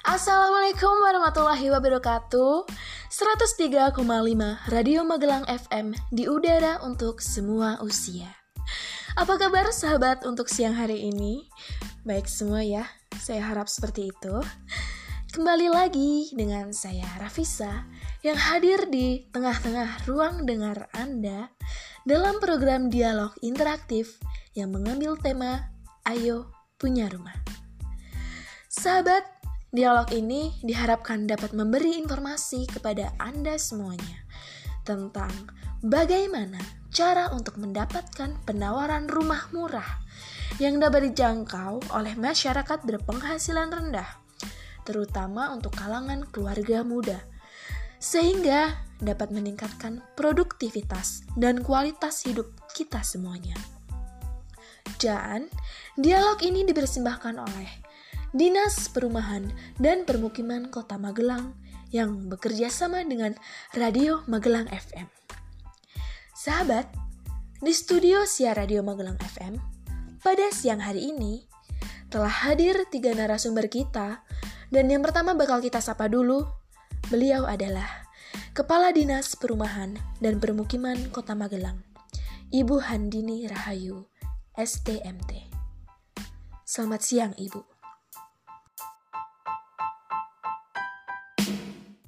Assalamualaikum warahmatullahi wabarakatuh. 103,5 Radio Magelang FM di udara untuk semua usia. Apa kabar sahabat untuk siang hari ini? Baik semua ya, saya harap seperti itu. Kembali lagi dengan saya Rafisa yang hadir di tengah-tengah ruang dengar Anda dalam program dialog interaktif yang mengambil tema Ayo Punya Rumah. Sahabat, dialog ini diharapkan dapat memberi informasi kepada Anda semuanya tentang bagaimana cara untuk mendapatkan penawaran rumah murah yang dapat dijangkau oleh masyarakat berpenghasilan rendah, terutama untuk kalangan keluarga muda, sehingga dapat meningkatkan produktivitas dan kualitas hidup kita semuanya. Dan dialog ini dipersembahkan oleh Dinas Perumahan dan Permukiman Kota Magelang yang bekerja sama dengan Radio Magelang FM. Sahabat, di studio siar Radio Magelang FM, pada siang hari ini telah hadir 3 narasumber kita, dan yang pertama bakal kita sapa dulu. Beliau adalah Kepala Dinas Perumahan dan Permukiman Kota Magelang, Ibu Handini Rahayu, STMT. Selamat siang, Ibu.